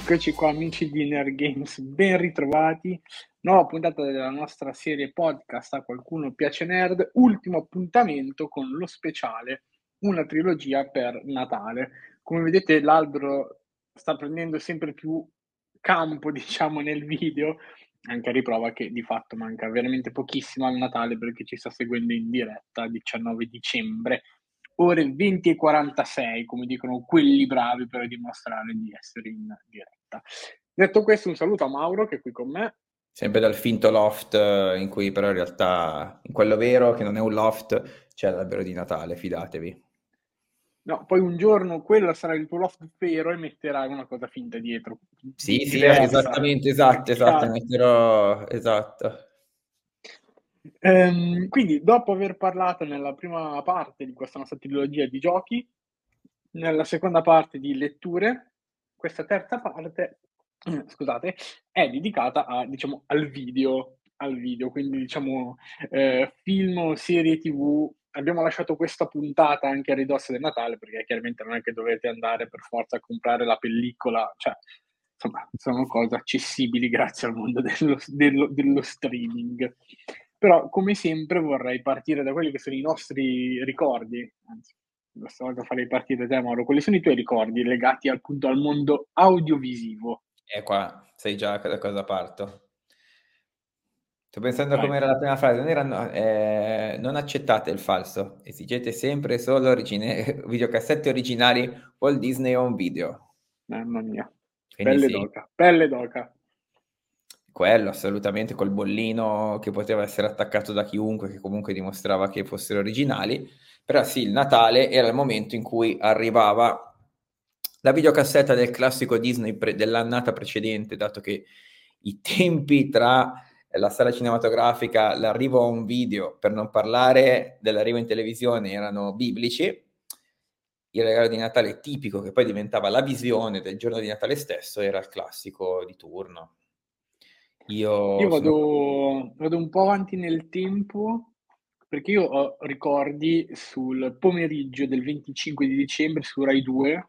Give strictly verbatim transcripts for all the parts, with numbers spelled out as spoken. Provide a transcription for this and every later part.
Eccoci qua amici di Nerd Games, ben ritrovati. Nuova puntata della nostra serie podcast A qualcuno piace nerd, ultimo appuntamento con lo speciale, una trilogia per Natale. Come vedete l'albero sta prendendo sempre più campo, diciamo, nel video, anche a riprova che di fatto manca veramente pochissimo al Natale perché ci sta seguendo in diretta diciannove dicembre, ore venti e quarantasei, come dicono quelli bravi per dimostrare di essere in diretta. Detto questo, un saluto a Mauro che è qui con me. Sempre dal finto loft, eh, in cui però in realtà, in quello vero, che non è un loft, c'è l'albero di Natale, fidatevi. No, poi un giorno quello sarà il tuo loft vero e metterai una cosa finta dietro, Sì, sì, diversa. esattamente, esatto, esatto, Chiaro. metterò, esatto. Ehm, quindi, dopo aver parlato nella prima parte di questa nostra trilogia di giochi, nella seconda parte di letture, questa terza parte, scusate, è dedicata a, diciamo, al video, al video, quindi diciamo eh, film o serie tivù. Abbiamo lasciato questa puntata anche a ridosso del Natale, perché chiaramente non è che dovete andare per forza a comprare la pellicola, cioè, insomma, sono cose accessibili grazie al mondo dello, dello, dello streaming. Però, come sempre, vorrei partire da quelli che sono i nostri ricordi, anzi, questa volta farei partire te, Mauro. Quali sono i tuoi ricordi legati appunto al mondo audiovisivo? E qua sai già da cosa parto. Sto pensando a Vai. com'era la prima frase, non erano, eh, non accettate il falso, esigete sempre solo origine- videocassette originali Walt Disney Home Video. Mamma mia. Quindi Pelle sì. d'oca, pelle d'oca. Quello assolutamente, col bollino che poteva essere attaccato da chiunque, che comunque dimostrava che fossero originali. Però sì, il Natale era il momento in cui arrivava la videocassetta del classico Disney pre- dell'annata precedente, dato che i tempi tra la sala cinematografica, l'arrivo a un video, per non parlare dell'arrivo in televisione, erano biblici. Il regalo di Natale tipico, che poi diventava la visione del giorno di Natale stesso, era il classico di turno. Io Io sono... vado, vado un po' avanti nel tempo perché io ho ricordi sul pomeriggio del venticinque di dicembre su Rai due,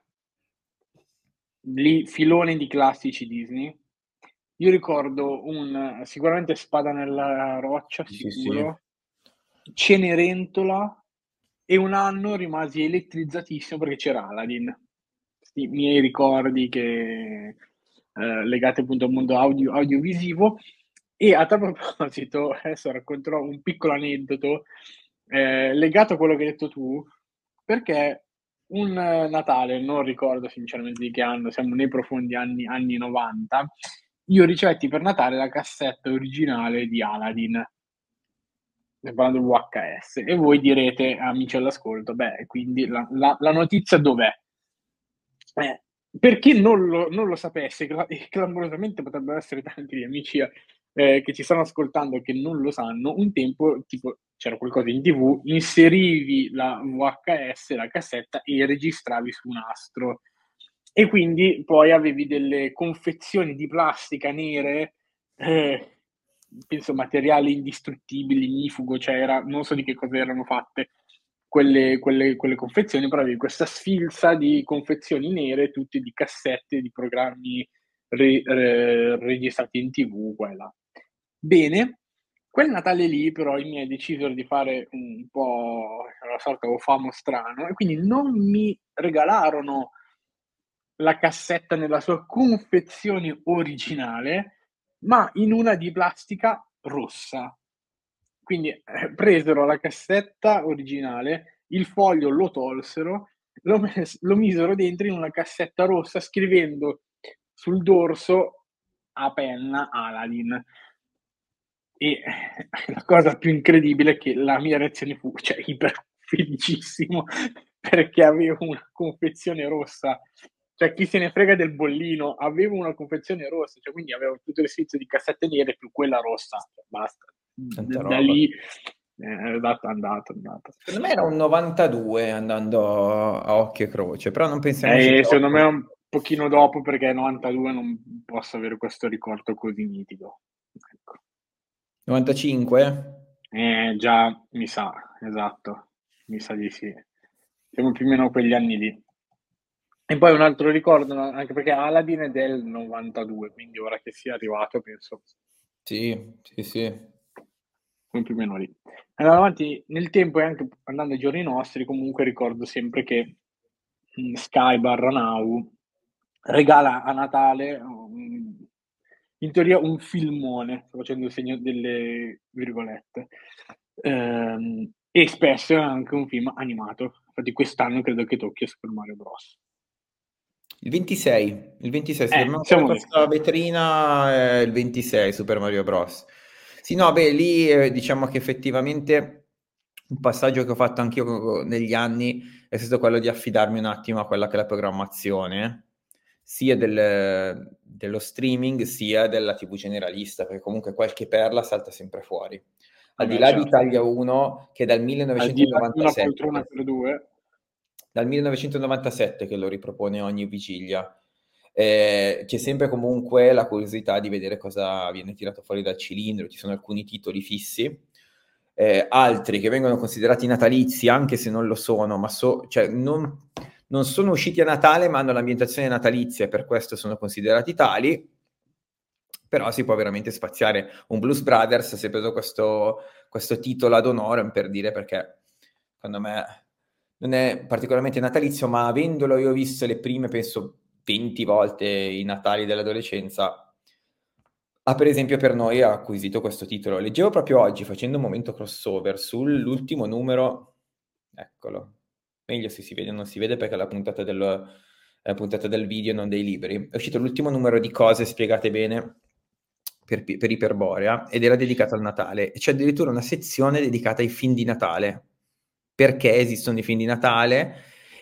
lì filone di classici Disney. Io ricordo un sicuramente Spada nella roccia, Sì, sì. sicuro, Cenerentola, e un anno rimasi elettrizzatissimo perché c'era Aladdin. Questi miei ricordi che eh, legati appunto al mondo audio, audiovisivo. E a tal proposito, adesso racconterò un piccolo aneddoto eh, legato a quello che hai detto tu, perché un eh, Natale, non ricordo sinceramente di che anno, siamo nei profondi anni, anni novanta, io ricevetti per Natale la cassetta originale di Aladdin, stiamo parlando del V H S, e voi direte, amici all'ascolto, beh, quindi la, la- la notizia dov'è? Eh, per chi non lo, non lo sapesse, cla- e clamorosamente potrebbero essere tanti gli amici eh, che ci stanno ascoltando e che non lo sanno, un tempo tipo c'era qualcosa in tivù, inserivi la V H S, la cassetta e registravi su un nastro. E quindi poi avevi delle confezioni di plastica nere, eh, penso materiali indistruttibili, ignifugo, cioè era, non so di che cosa erano fatte quelle, quelle, quelle confezioni, però avevi questa sfilza di confezioni nere, tutte di cassette di programmi re- re- registrati in tivù, qua e là. Bene, quel Natale lì però i miei decisero di fare un po' una sorta di famo strano e quindi non mi regalarono la cassetta nella sua confezione originale, ma in una di plastica rossa. Quindi eh, presero la cassetta originale, il foglio lo tolsero, lo, mes- lo misero dentro in una cassetta rossa scrivendo sul dorso a penna Aladdin. E eh, la cosa più incredibile è che la mia reazione fu, cioè, iper felicissimo perché avevo una confezione rossa. Cioè, chi se ne frega del bollino, avevo una confezione rossa, cioè, quindi avevo tutto il servizio di cassette nere più quella rossa. Cioè, basta. Tanta Da, da roba. lì eh, è andato, andato, andato. Secondo me era un novantadue andando a occhio e croce, però non pensiamoci E secondo me troppo. è un pochino dopo perché novantadue non posso avere questo ricordo così nitido. Ecco. novantacinque? Eh, già, mi sa, esatto, mi sa di sì. Siamo più o meno a quegli anni lì. E poi un altro ricordo, no, anche perché Aladdin è del novantadue, quindi ora che sia arrivato penso Sì, sì, sì. più o meno lì. Andando avanti nel tempo e anche andando ai giorni nostri, comunque ricordo sempre che mh, Sky barra Now regala a Natale, um, in teoria, un filmone, sto facendo il segno delle virgolette, ehm, e spesso è anche un film animato. Infatti quest'anno credo che tocchi a Super Mario Bros. Il ventisei, il ventisei, se Eh, dobbiamo avere siamo lì. questa vetrina è il ventisei Super Mario Bros. Sì, no, beh, lì eh, diciamo che effettivamente un passaggio che ho fatto anch'io co- negli anni è stato quello di affidarmi un attimo a quella che è la programmazione, sia del- dello streaming sia della T V generalista, perché comunque qualche perla salta sempre fuori. Al di Vabbè, là di certo. Italia uno, che è dal Al di là di una poltrona millenovecentonovantasette, per due, dal millenovecentonovantasette che lo ripropone ogni vigilia. Eh, c'è sempre comunque la curiosità di vedere cosa viene tirato fuori dal cilindro, ci sono alcuni titoli fissi, eh, altri che vengono considerati natalizi anche se non lo sono, ma so, cioè non, non sono usciti a Natale ma hanno l'ambientazione natalizia e per questo sono considerati tali, però si può veramente spaziare. Un Blues Brothers si è preso questo, questo titolo ad honorem per dire perché secondo me non è particolarmente natalizio, ma avendolo io visto le prime, penso, venti volte i Natali dell'adolescenza, ha per esempio per noi ha acquisito questo titolo. Leggevo proprio oggi, facendo un momento crossover, sull'ultimo numero, eccolo, meglio se si vede o non si vede perché è la puntata del, è la puntata del video, non dei libri. È uscito l'ultimo numero di Cose spiegate bene per, per Iperborea ed era dedicato al Natale. E c'è addirittura una sezione dedicata ai film di Natale, perché esistono i film di Natale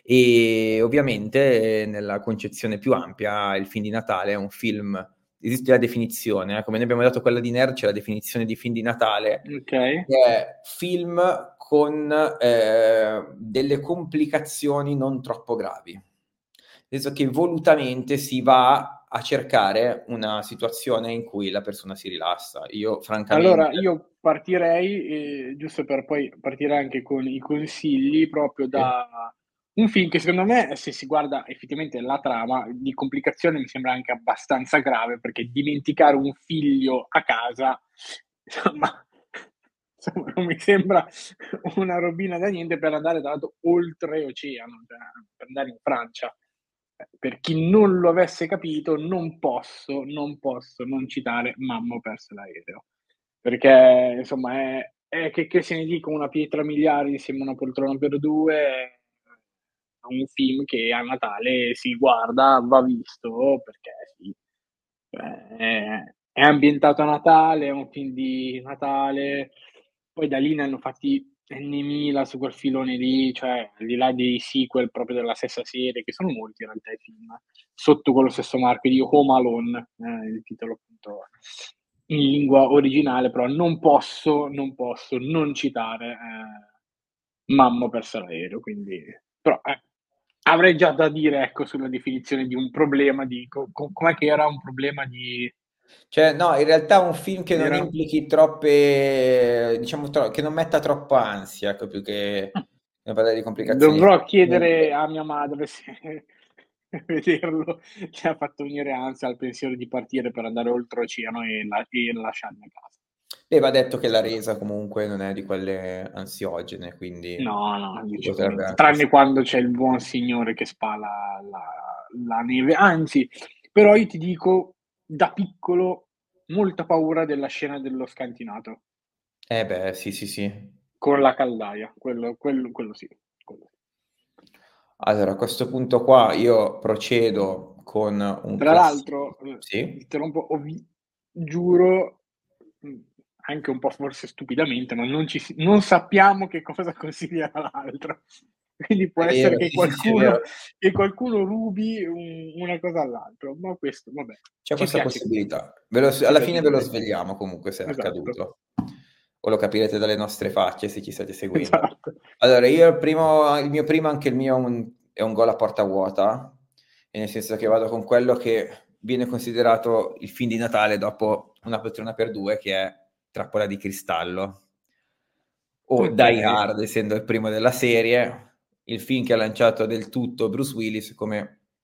e ovviamente eh, nella concezione più ampia il film di Natale è un film, esiste la definizione, eh, come noi abbiamo dato quella di Nerd, c'è la definizione di film di Natale, ok. che è film con eh, delle complicazioni non troppo gravi. Nel senso che volutamente si va a cercare una situazione in cui la persona si rilassa. Io Allora, francamente... io partirei, eh, giusto per poi partire anche con i consigli, proprio Sì, da un film che secondo me, se si guarda effettivamente la trama, di complicazione mi sembra anche abbastanza grave, perché dimenticare un figlio a casa, insomma, insomma, non mi sembra una robina da niente per andare tra l'altro oltreoceano, cioè per andare in Francia. Eh, Per chi non lo avesse capito, non posso, non posso non citare Mamma ho perso l'aereo, perché insomma è, è che, che se ne dica una pietra miliare insieme a una poltrona per due, è un film che a Natale si guarda, va visto, perché sì, cioè, è, è ambientato a Natale, è un film di Natale, poi da lì ne hanno fatti N mila su quel filone lì, cioè al di là dei sequel proprio della stessa serie, che sono molti in realtà i film, sotto quello stesso marchio di Home Alone, eh, il titolo appunto in lingua originale, però non posso, non posso non citare eh, Mamma ho perso l'aereo, quindi... Però eh, avrei già da dire, ecco, sulla definizione di un problema di... co- co- com'è che era un problema di... cioè, no, in realtà un film che non Era... implichi troppe, diciamo, tro- che non metta troppa ansia, ecco, più che ne parlare di complicazioni. Dovrò chiedere a mia madre se vederlo ci ha fatto venire ansia al pensiero di partire per andare oltreoceano e, la- e lasciarmi a casa. E va detto che la resa comunque non è di quelle ansiogene, quindi No, no, ci potrebbe decisamente. anche Tranne essere. quando c'è il buon signore che spala la, la neve. Anzi, però io ti dico, da piccolo, molta paura della scena dello scantinato Eh beh, sì, sì, sì. con la caldaia. Quello, quello, quello sì. Quello sì. Allora, a questo punto qua io procedo con un Tra classico. l'altro, eh, Sì? interrompo, ho vi- giuro, mh, anche un po' forse stupidamente, ma non, ci si- non sappiamo che cosa consiglia l'altro. Quindi può È essere vero, che sì, sì, sì, è vero. qualcuno, che qualcuno rubi un- una cosa all'altro, ma questo, vabbè, C'è ci questa piace così, possibilità. Ve lo- ci alla piace fine ve lo così. svegliamo comunque se è Esatto, accaduto. O lo capirete dalle nostre facce se ci state seguendo. esatto. Allora, io il primo, il mio primo, anche il mio è un, è un gol a porta vuota, e nel senso che vado con quello che viene considerato il film di Natale dopo Una poltrona per due, che è Trappola di cristallo, o Ok, Die Hard, essendo il primo della serie, il film che ha lanciato del tutto Bruce Willis come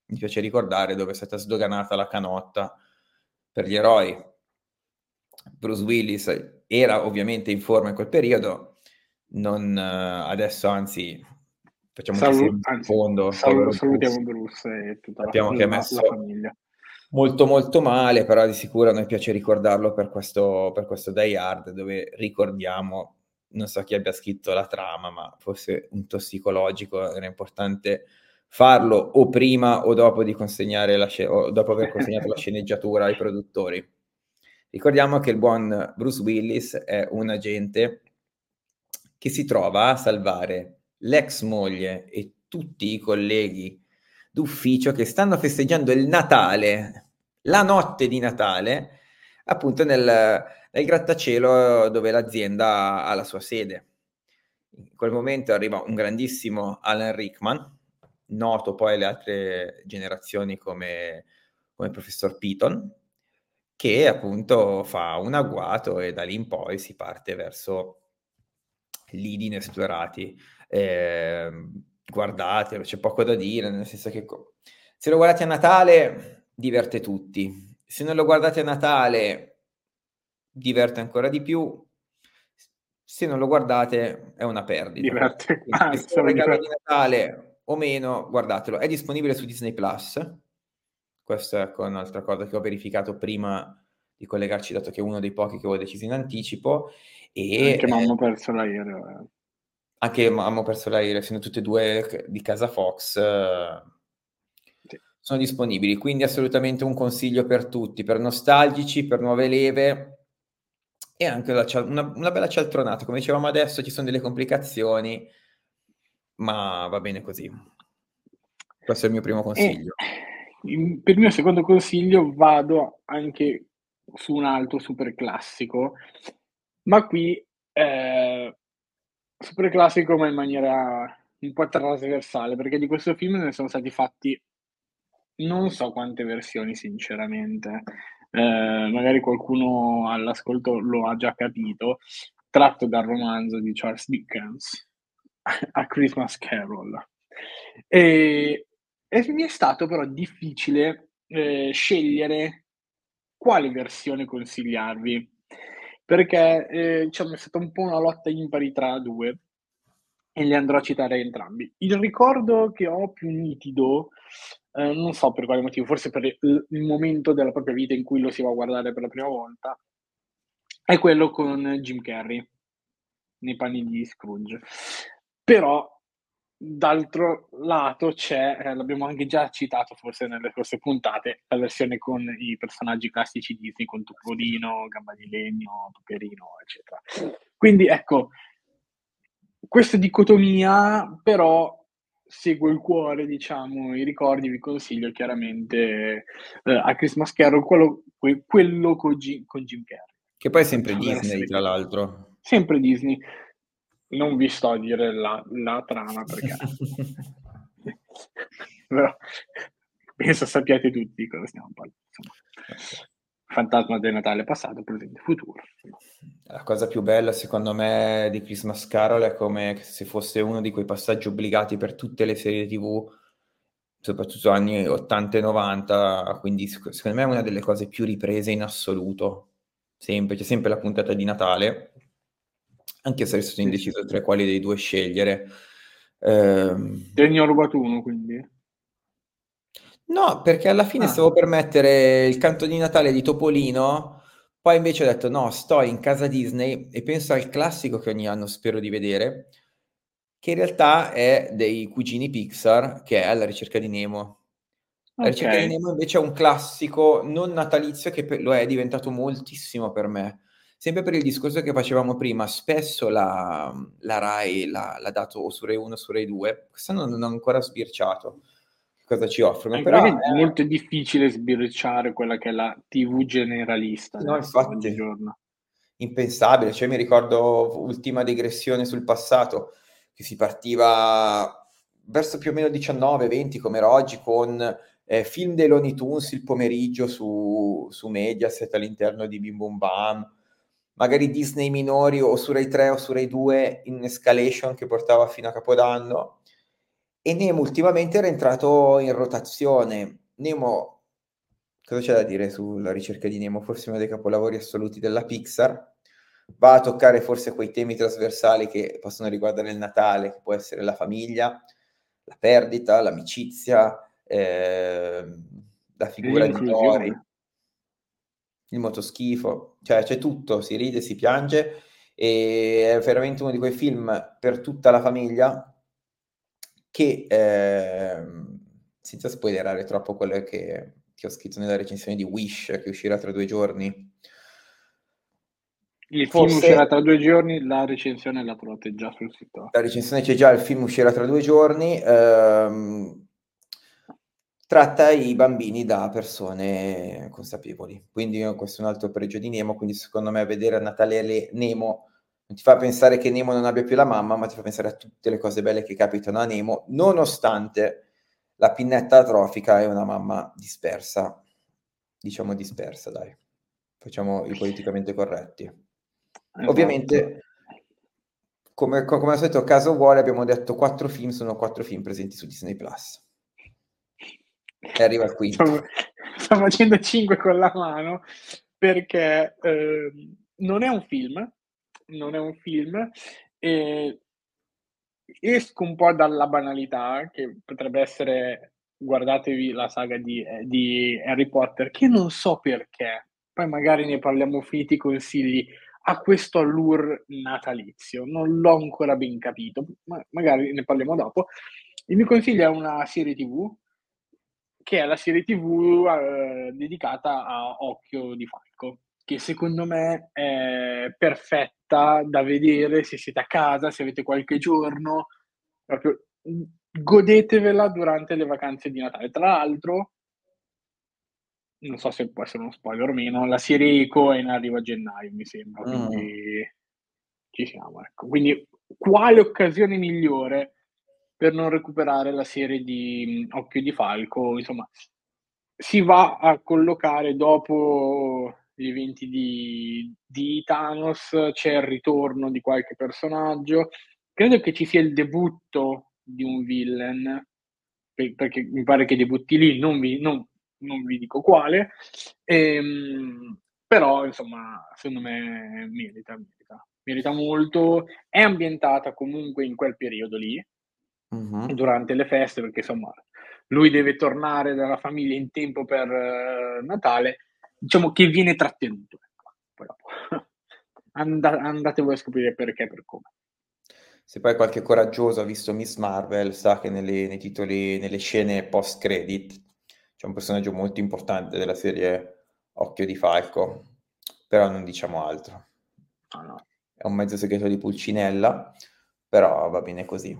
mi piace ricordare, dove è stata sdoganata la canotta per gli eroi. Bruce Willis era ovviamente in forma in quel periodo, non adesso anzi facciamo che sia Salu- un anzi, secondo, salu- povero salutiamo Bruce. Bruce e tutta la, Sappiamo che è la- messo la famiglia. molto molto male, però di sicuro a noi piace ricordarlo per questo, per questo Die Hard, dove ricordiamo, non so chi abbia scritto la trama, ma forse un tossicologico era importante farlo o prima o dopo di consegnare la sce- o dopo aver consegnato la sceneggiatura ai produttori. Ricordiamo che il buon Bruce Willis è un agente che si trova a salvare l'ex moglie e tutti i colleghi d'ufficio che stanno festeggiando il Natale, la notte di Natale, appunto nel, nel grattacielo dove l'azienda ha la sua sede. In quel momento arriva un grandissimo Alan Rickman, noto poi alle altre generazioni come, come Professor Piton, che appunto fa un agguato e da lì in poi si parte verso lidi inesplorati. Eh, guardatelo, c'è poco da dire, nel senso che co- se lo guardate a Natale diverte tutti, se non lo guardate a Natale diverte ancora di più, se non lo guardate è una perdita. Diverte, Quindi, che ah, sia un stavo regalo di diverte. Natale o meno, guardatelo. È disponibile su Disney Plus. Questa è ecco, un'altra cosa che ho verificato prima di collegarci, dato che è uno dei pochi che avevo deciso in anticipo. E Anche eh, mamma ha perso l'aereo. eh. anche Mamma ho perso l'aereo, essendo tutte e due di casa Fox, eh, Sì. sono disponibili. Quindi assolutamente un consiglio per tutti, per nostalgici, per nuove leve e anche la cia- una, una bella cialtronata. Come dicevamo adesso, ci sono delle complicazioni, ma va bene così. Questo è il mio primo E consiglio. in- per il mio secondo consiglio vado anche su un altro super classico, ma qui eh, super classico ma in maniera un po' trasversale, perché di questo film ne sono stati fatti non so quante versioni sinceramente. Eh, magari qualcuno all'ascolto lo ha già capito, tratto dal romanzo di Charles Dickens, A Christmas Carol. E, e mi è stato però difficile eh, scegliere quale versione consigliarvi, perché eh, diciamo, è stata un po' una lotta impari tra due e li andrò a citare entrambi. Il ricordo che ho più nitido, eh, non so per quale motivo, forse per il, il momento della propria vita in cui lo si va a guardare per la prima volta, è quello con Jim Carrey nei panni di Scrooge. Però, d'altro lato, c'è, eh, l'abbiamo anche già citato forse nelle scorse puntate, la versione con i personaggi classici Disney, con Topolino, Gamba di Legno, Paperino, eccetera. Quindi, ecco, questa dicotomia, però, segue il cuore, diciamo, i ricordi, vi consiglio chiaramente eh, a Christmas Carol, quello, que- quello con, Jim, con Jim Carrey. Che poi è sempre Tanto per Disney, essere tra chiaro. l'altro. Sempre Disney. Non vi sto a dire la, la trama perché però penso sappiate tutti di cosa stiamo parlando. Insomma, fantasma del Natale passato, presente, futuro. La cosa più bella, secondo me, di Christmas Carol è come se fosse uno di quei passaggi obbligati per tutte le serie tivù, soprattutto anni ottanta e novanta, quindi sec- secondo me è una delle cose più riprese in assoluto. Sempre, c'è sempre la puntata di Natale, anche se sono Sì, sì. indeciso tra quali dei due scegliere. Ehm, Te ne ho rubato uno, quindi. No, perché alla fine Ah, stavo per mettere il canto di Natale di Topolino, poi invece ho detto no, sto in casa Disney e penso al classico che ogni anno spero di vedere, che in realtà è dei cugini Pixar, che è Alla ricerca di Nemo. La ok. ricerca di Nemo invece è un classico non natalizio che per- lo è diventato moltissimo per me. Sempre per il discorso che facevamo prima, spesso la, la Rai l'ha, l'ha dato o su Rai uno o su Rai due, quest'anno non ho ancora sbirciato che cosa ci offrono, Anche però perché è è molto difficile sbirciare quella che è la tivù generalista sì, no, adesso, infatti, oggigiorno. impensabile. Cioè, mi ricordo ultima digressione sul passato, che si partiva verso più o meno diciannove venti, come era oggi, con eh, film dei Looney Tunes il pomeriggio su, su Mediaset all'interno di Bim Bum Bam, magari Disney minori o su Rai tre o su Rai due in escalation che portava fino a Capodanno. e Nemo ultimamente era entrato in rotazione. Nemo, cosa c'è da dire sulla ricerca di Nemo? Forse uno dei capolavori assoluti della Pixar. Va a toccare forse quei temi trasversali che possono riguardare il Natale, che può essere la famiglia, la perdita, l'amicizia, ehm, la figura di Dory, L'inclusione. il motoschifo, cioè c'è tutto, si ride, si piange, e è veramente uno di quei film per tutta la famiglia che, ehm, senza spoilerare troppo quello che, che ho scritto nella recensione di Wish, che uscirà tra due giorni, Il film forse uscirà tra due giorni, la recensione la trovate già sul sito. la recensione c'è già, il film uscirà tra due giorni, ehm, tratta i bambini da persone consapevoli, quindi questo è un altro pregio di Nemo, quindi secondo me vedere a Natale le- Nemo non ti fa pensare che Nemo non abbia più la mamma, ma ti fa pensare a tutte le cose belle che capitano a Nemo, nonostante la pinnetta atrofica è una mamma dispersa, diciamo dispersa, dai, facciamo i politicamente corretti. Esatto. Ovviamente, come, co- come al solito caso vuole, abbiamo detto quattro film, sono quattro film presenti su Disney Plus. E arriva il Sto, quinto. sto facendo cinque con la mano perché ehm, non è un film, non è un film, e esco un po' dalla banalità, che potrebbe essere guardatevi la saga di, eh, di Harry Potter, che non so perché, poi magari ne parliamo finiti i consigli, ha questo allure natalizio, non l'ho ancora ben capito, ma magari ne parliamo dopo. Il mio consiglio è una serie tivù, che è la serie tivù eh, dedicata a Occhio di Falco, che secondo me è perfetta da vedere se siete a casa, se avete qualche giorno, proprio mh, godetevela durante le vacanze di Natale. Tra l'altro, non so se può essere uno spoiler o meno, la serie Eco è in arrivo a gennaio, mi sembra, Mm. quindi ci siamo, ecco. Quindi quale occasione migliore per non recuperare la serie di mh, Occhio di Falco? Insomma, si va a collocare dopo gli eventi di, di Thanos, c'è il ritorno di qualche personaggio. Credo che ci sia il debutto di un villain, pe- perché mi pare che debutti lì, non vi, non- non vi dico quale. Ehm, però, insomma, secondo me merita, merita, merita molto. È ambientata comunque in quel periodo lì, Mhm. durante le feste, perché insomma lui deve tornare dalla famiglia in tempo per eh, Natale, diciamo che viene trattenuto. Ecco. Poi dopo and- andate voi a scoprire perché e per come. Se poi qualche coraggioso ha visto Miss Marvel, sa che nelle, nei titoli, nelle scene post-credit c'è un personaggio molto importante della serie Occhio di Falco, però non diciamo altro. No, no. È un mezzo segreto di Pulcinella, però va bene così.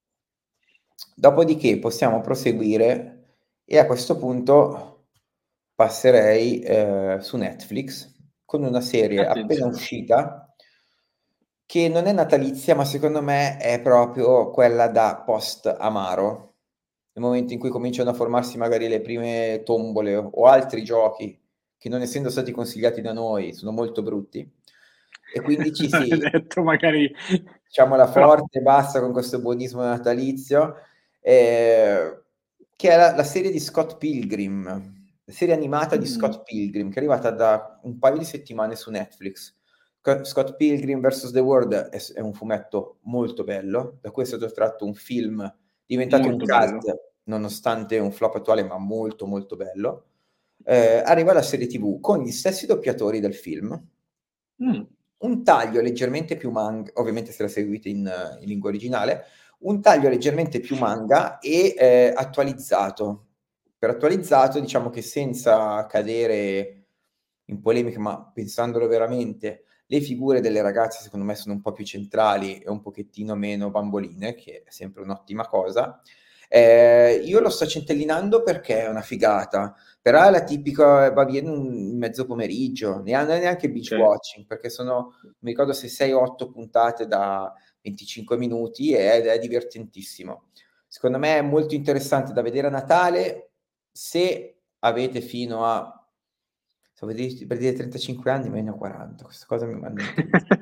Dopodiché possiamo proseguire e a questo punto passerei eh, su Netflix con una serie appena Attenzione. uscita che non è natalizia, ma secondo me è proprio quella da post amaro, nel momento in cui cominciano a formarsi magari le prime tombole o altri giochi che, non essendo stati consigliati da noi, sono molto brutti, e quindi ci si Detto magari, diciamola però forte, basta con questo buonismo natalizio, eh, che è la, la serie di Scott Pilgrim, la serie animata di mm, Scott Pilgrim, che è arrivata da un paio di settimane su Netflix. Co- Scott Pilgrim versus The World è, è un fumetto molto bello, da cui è stato tratto un film diventato un molto bello. cult, nonostante un flop attuale, ma molto molto bello. Eh, arriva la serie tivù con gli stessi doppiatori del film, Mm, un taglio leggermente più manga, ovviamente se la seguite in, in lingua originale, un taglio leggermente più manga e eh, attualizzato. Per attualizzato, diciamo che senza cadere in polemica, ma pensandolo veramente, le figure delle ragazze secondo me sono un po' più centrali e un pochettino meno bamboline, che è sempre un'ottima cosa. Eh, io lo sto centellinando perché è una figata, però è la tipica, va via in mezzo pomeriggio, ne ha neanche binge sì. watching, perché sono, mi ricordo se sei otto puntate da venticinque minuti ed è divertentissimo. Secondo me è molto interessante da vedere a Natale, se avete fino a, stavo per dire, per dire trentacinque anni, ma io ne ho quaranta, questa cosa mi manda in crisi.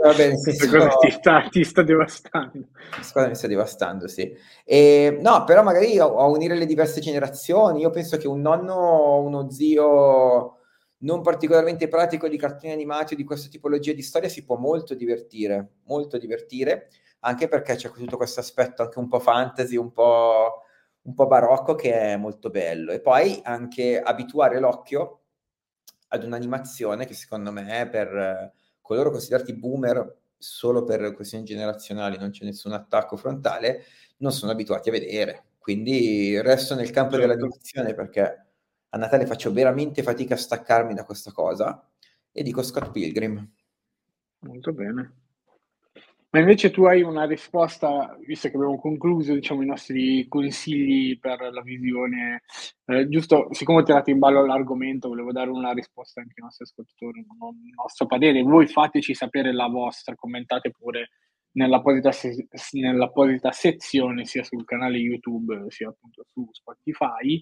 vabbè, nel Questa senso, cosa ti sta, ti sta devastando. questa cosa mi sta devastando, sì. E, no, però magari a, a unire le diverse generazioni, io penso che un nonno o uno zio non particolarmente pratico di cartoni animati o di questa tipologia di storia si può molto divertire, molto divertire, anche perché c'è tutto questo aspetto anche un po' fantasy, un po', un po' barocco che è molto bello. E poi anche abituare l'occhio ad un'animazione che secondo me per eh, coloro considerati boomer solo per questioni generazionali, non c'è nessun attacco frontale, non sono abituati a vedere. Quindi resto nel campo Certo, dell'animazione perché a Natale faccio veramente fatica a staccarmi da questa cosa e dico Scott Pilgrim. molto bene. Ma invece tu hai una risposta, visto che abbiamo concluso, diciamo, i nostri consigli per la visione, eh, giusto, siccome ho tirato in ballo l'argomento, volevo dare una risposta anche ai nostri ascoltatori, non il nostro parere. Voi fateci sapere la vostra, commentate pure nell'apposita, se- nell'apposita sezione, sia sul canale YouTube, sia appunto su Spotify,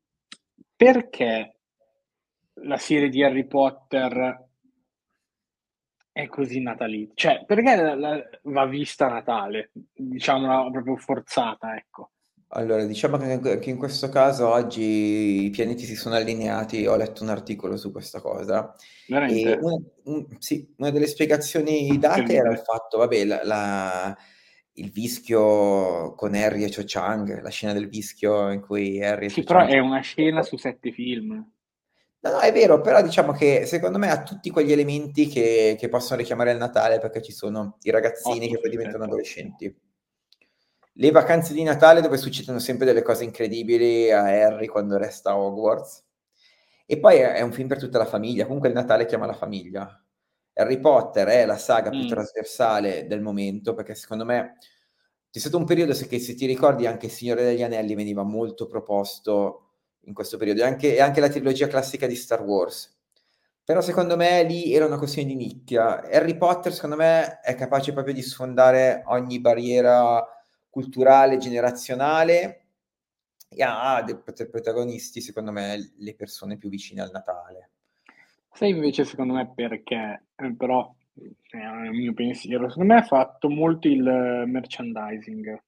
perché la serie di Harry Potter è così natalizia, cioè perché la- la- va vista a Natale, diciamola proprio forzata, ecco. Allora, diciamo che che in questo caso oggi i pianeti si sono allineati, ho letto un articolo su questa cosa e Veramente? una, un- sì, una delle spiegazioni date era il Incredibile. fatto, vabbè, la- la- il vischio con Harry e Cho Chang, la scena del vischio in cui Harry e Sì, Cho però Chang... è una scena su sette film. No, no, è vero, però diciamo che secondo me ha tutti quegli elementi che, che possono richiamare il Natale perché ci sono i ragazzini otto che poi su diventano sette. adolescenti. Le vacanze di Natale dove succedono sempre delle cose incredibili a Harry quando resta a Hogwarts. E poi è, è un film per tutta la famiglia, comunque il Natale chiama la famiglia. Harry Potter è la saga più Mm. trasversale del momento perché secondo me c'è stato un periodo, se, che, se ti ricordi, anche Il Signore degli Anelli veniva molto proposto in questo periodo e anche, e anche la trilogia classica di Star Wars. Però secondo me lì era una questione di nicchia. Harry Potter secondo me è capace proprio di sfondare ogni barriera culturale, generazionale e ha dei prot- protagonisti, secondo me, le persone più vicine al Natale. Sai invece secondo me perché, eh, però è il mio pensiero, secondo me ha fatto molto il eh, merchandising,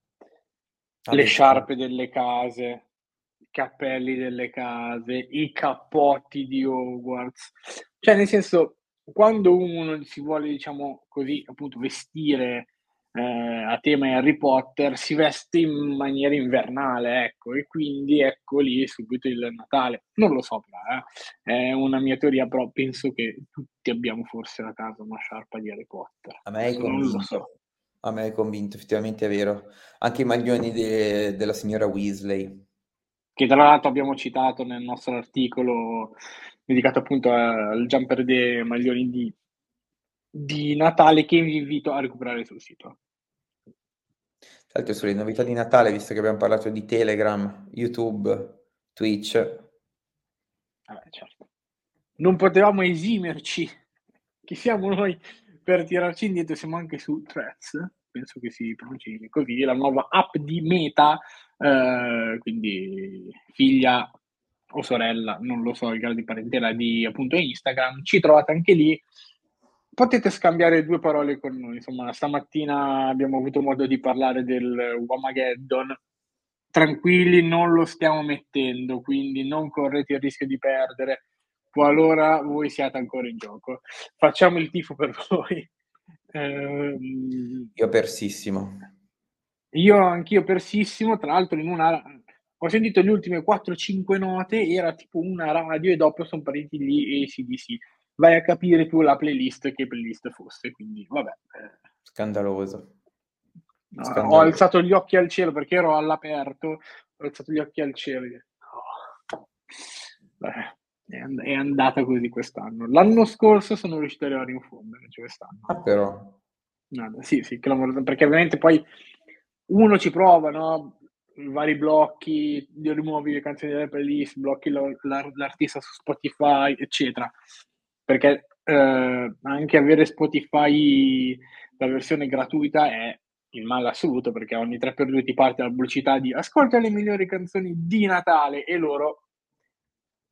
le Vabbè, sciarpe certo. delle case, i cappelli delle case, i cappotti di Hogwarts. Cioè, nel senso, quando uno si vuole, diciamo così, appunto, vestire eh, a tema Harry Potter, si veste in maniera invernale, ecco, e quindi ecco lì subito il Natale. Non lo so, però, eh. È una mia teoria, però penso che tutti abbiamo forse a casa una sciarpa di Harry Potter. A me hai Adesso non lo so. convinto. A me hai convinto, effettivamente è vero. Anche i maglioni de- della signora Weasley. Che tra l'altro abbiamo citato nel nostro articolo dedicato appunto al jumper dei maglioni di, di Natale che vi invito a recuperare sul sito. Tra l'altro sulle novità di Natale, visto che abbiamo parlato di Telegram, YouTube, Twitch, Vabbè, certo. Non potevamo esimerci, chi siamo noi per tirarci indietro, siamo anche su Threads, penso che si pronunci così, la nuova app di Meta, eh, quindi figlia o sorella, non lo so, il grado di parentela di appunto Instagram, ci trovate anche lì, potete scambiare due parole con noi, insomma, stamattina abbiamo avuto modo di parlare del Wamageddon, tranquilli, non lo stiamo mettendo, quindi non correte il rischio di perdere, qualora voi siate ancora in gioco. Facciamo il tifo per voi. Ehm, io persissimo. io anch'io persissimo, tra l'altro in una... Ho sentito le ultime quattro cinque note, era tipo una radio e dopo sono partiti lì e si di sì. Vai a capire tu la playlist, che playlist fosse, quindi vabbè. eh, Scandaloso. no, ho Scandaloso. alzato gli occhi al cielo perché ero all'aperto, ho alzato gli occhi al cielo. e- oh. Beh, è, and- è andata così quest'anno. L'anno scorso sono riuscito a arrivare in fondo, invece quest'anno. Ah, però. Nada, sì, sì, clamoroso, perché ovviamente poi uno ci prova, no? Vari blocchi, rimuovi le canzoni della playlist, blocchi lo- l'ar- l'artista su Spotify, eccetera. Perché eh, anche avere Spotify, la versione gratuita, è il male assoluto, perché ogni tre per due ti parte la pubblicità di ascolta le migliori canzoni di Natale e loro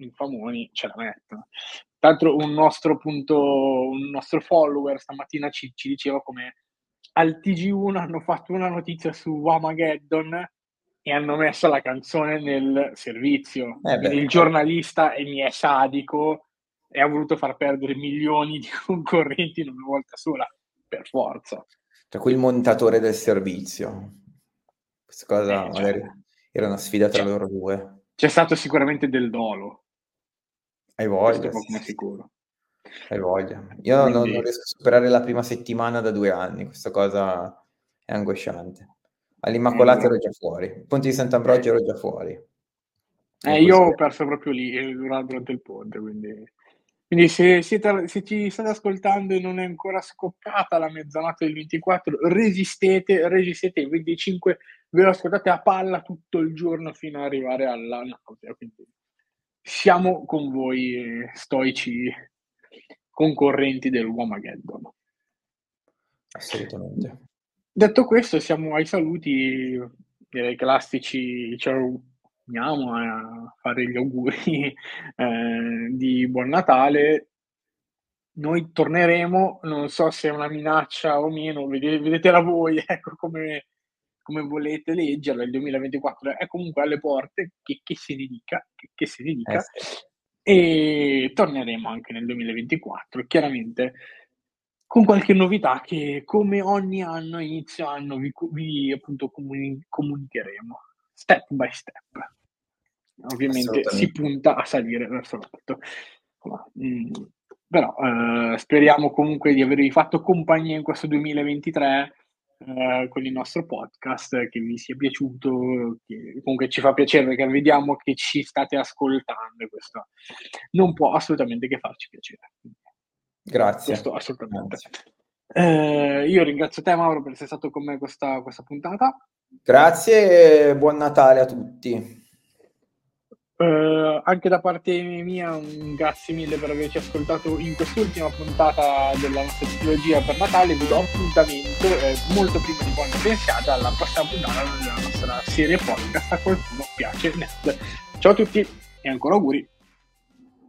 infamoni ce la mettono. Tra l'altro un nostro punto, un nostro follower stamattina ci, ci diceva come al T G uno hanno fatto una notizia su Whamageddon e hanno messo la canzone nel servizio. Eh Quindi beh, il giornalista è, mi è sadico e ha voluto far perdere milioni di concorrenti in una volta sola, per forza. Tra cui il montatore del servizio. Questa cosa Eh, magari cioè, era una sfida tra cioè, loro due. c'è stato sicuramente del dolo. Hai Questo è voglia, sì, poco ma sì, sicuro. hai voglia. Io non, non Quindi, riesco a superare la prima settimana da due anni, questa cosa è angosciante. All'Immacolata eh, ero già fuori, il Ponte di Sant'Ambrogio ero già fuori. E eh, io così. ho perso proprio lì eh, durante, durante il ponte, quindi, quindi se, siete, se ci state ascoltando e non è ancora scoccata la mezzanotte del ventiquattro, resistete, resistete, il venticinque ve lo ascoltate a palla tutto il giorno fino ad arrivare alla nausea, quindi siamo con voi eh, stoici concorrenti del Whamageddon. Assolutamente. Detto questo, siamo ai saluti, direi classici, ci auguriamo a fare gli auguri eh, di Buon Natale. Noi torneremo, non so se è una minaccia o meno, vede- vedetela voi, ecco come, come volete leggerla. Il duemilaventiquattro è comunque alle porte, che, che se ne dica, che, che se ne Eh dica, sì. e torneremo anche nel duemilaventiquattro, chiaramente con qualche novità che come ogni anno, a inizio anno, vi, co- vi, appunto comuni- comunicheremo, step by step. Ovviamente si Assolutamente. punta a salire verso l'alto. Ma, mm, però eh, speriamo comunque di avervi fatto compagnia in questo duemilaventitré eh, con il nostro podcast, che vi sia piaciuto, che comunque ci fa piacere perché vediamo che ci state ascoltando e questo non può assolutamente che farci piacere. Grazie. Questo assolutamente. Grazie. Eh, io ringrazio te Mauro per essere stato con me questa, questa puntata. Grazie e buon Natale a tutti. Eh, anche da parte mia un grazie mille per averci ascoltato in quest'ultima puntata della nostra trilogia per Natale. Vi do appuntamento eh, molto prima di quando pensiate alla prossima puntata della nostra serie podcast A Qualcuno Piace Net. Ciao a tutti e ancora auguri.